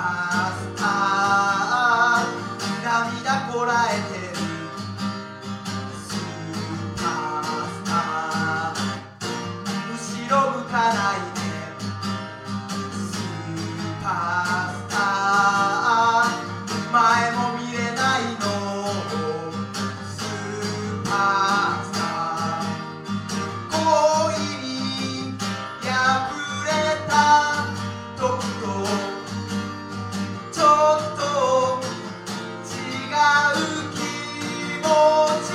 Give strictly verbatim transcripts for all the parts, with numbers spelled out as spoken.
ースター涙こらえてるスーパースター後ろ向かないでスーパースター前も見れないのスーパースター恋に破れた時とちょっと違う気持ち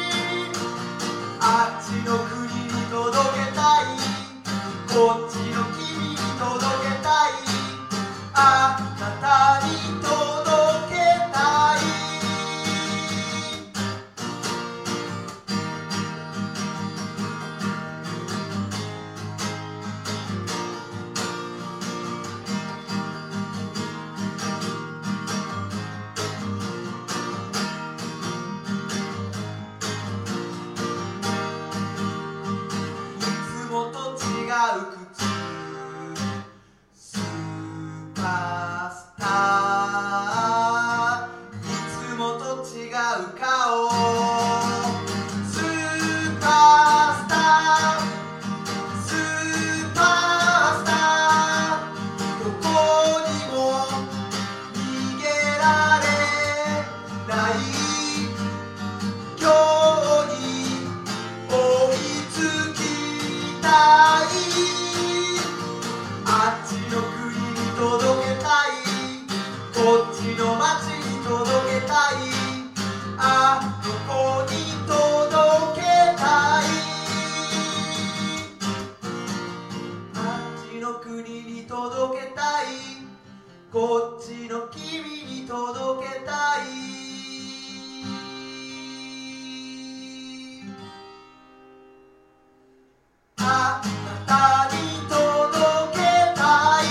あっちの国に届けたいこっちの君に届けたいあなたに届けたいいつもと違う靴スーパースターいつもと違う顔スーパースタースーパースターどこにも逃げられない今日に追いつきたいあっちの国に届けたいこっちの街に届けたいあの子に届けたいあっちの国に届けたいこっちの君に届けたいあなたに届けたい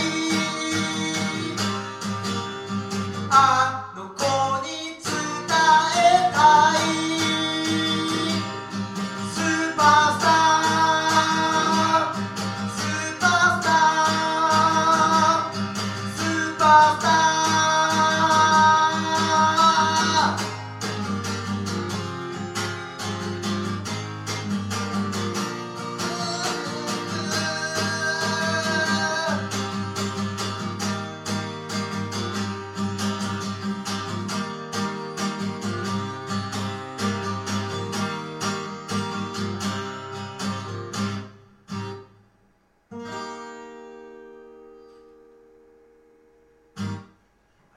あの子に伝えたいスーパースタースーパースタースーパースター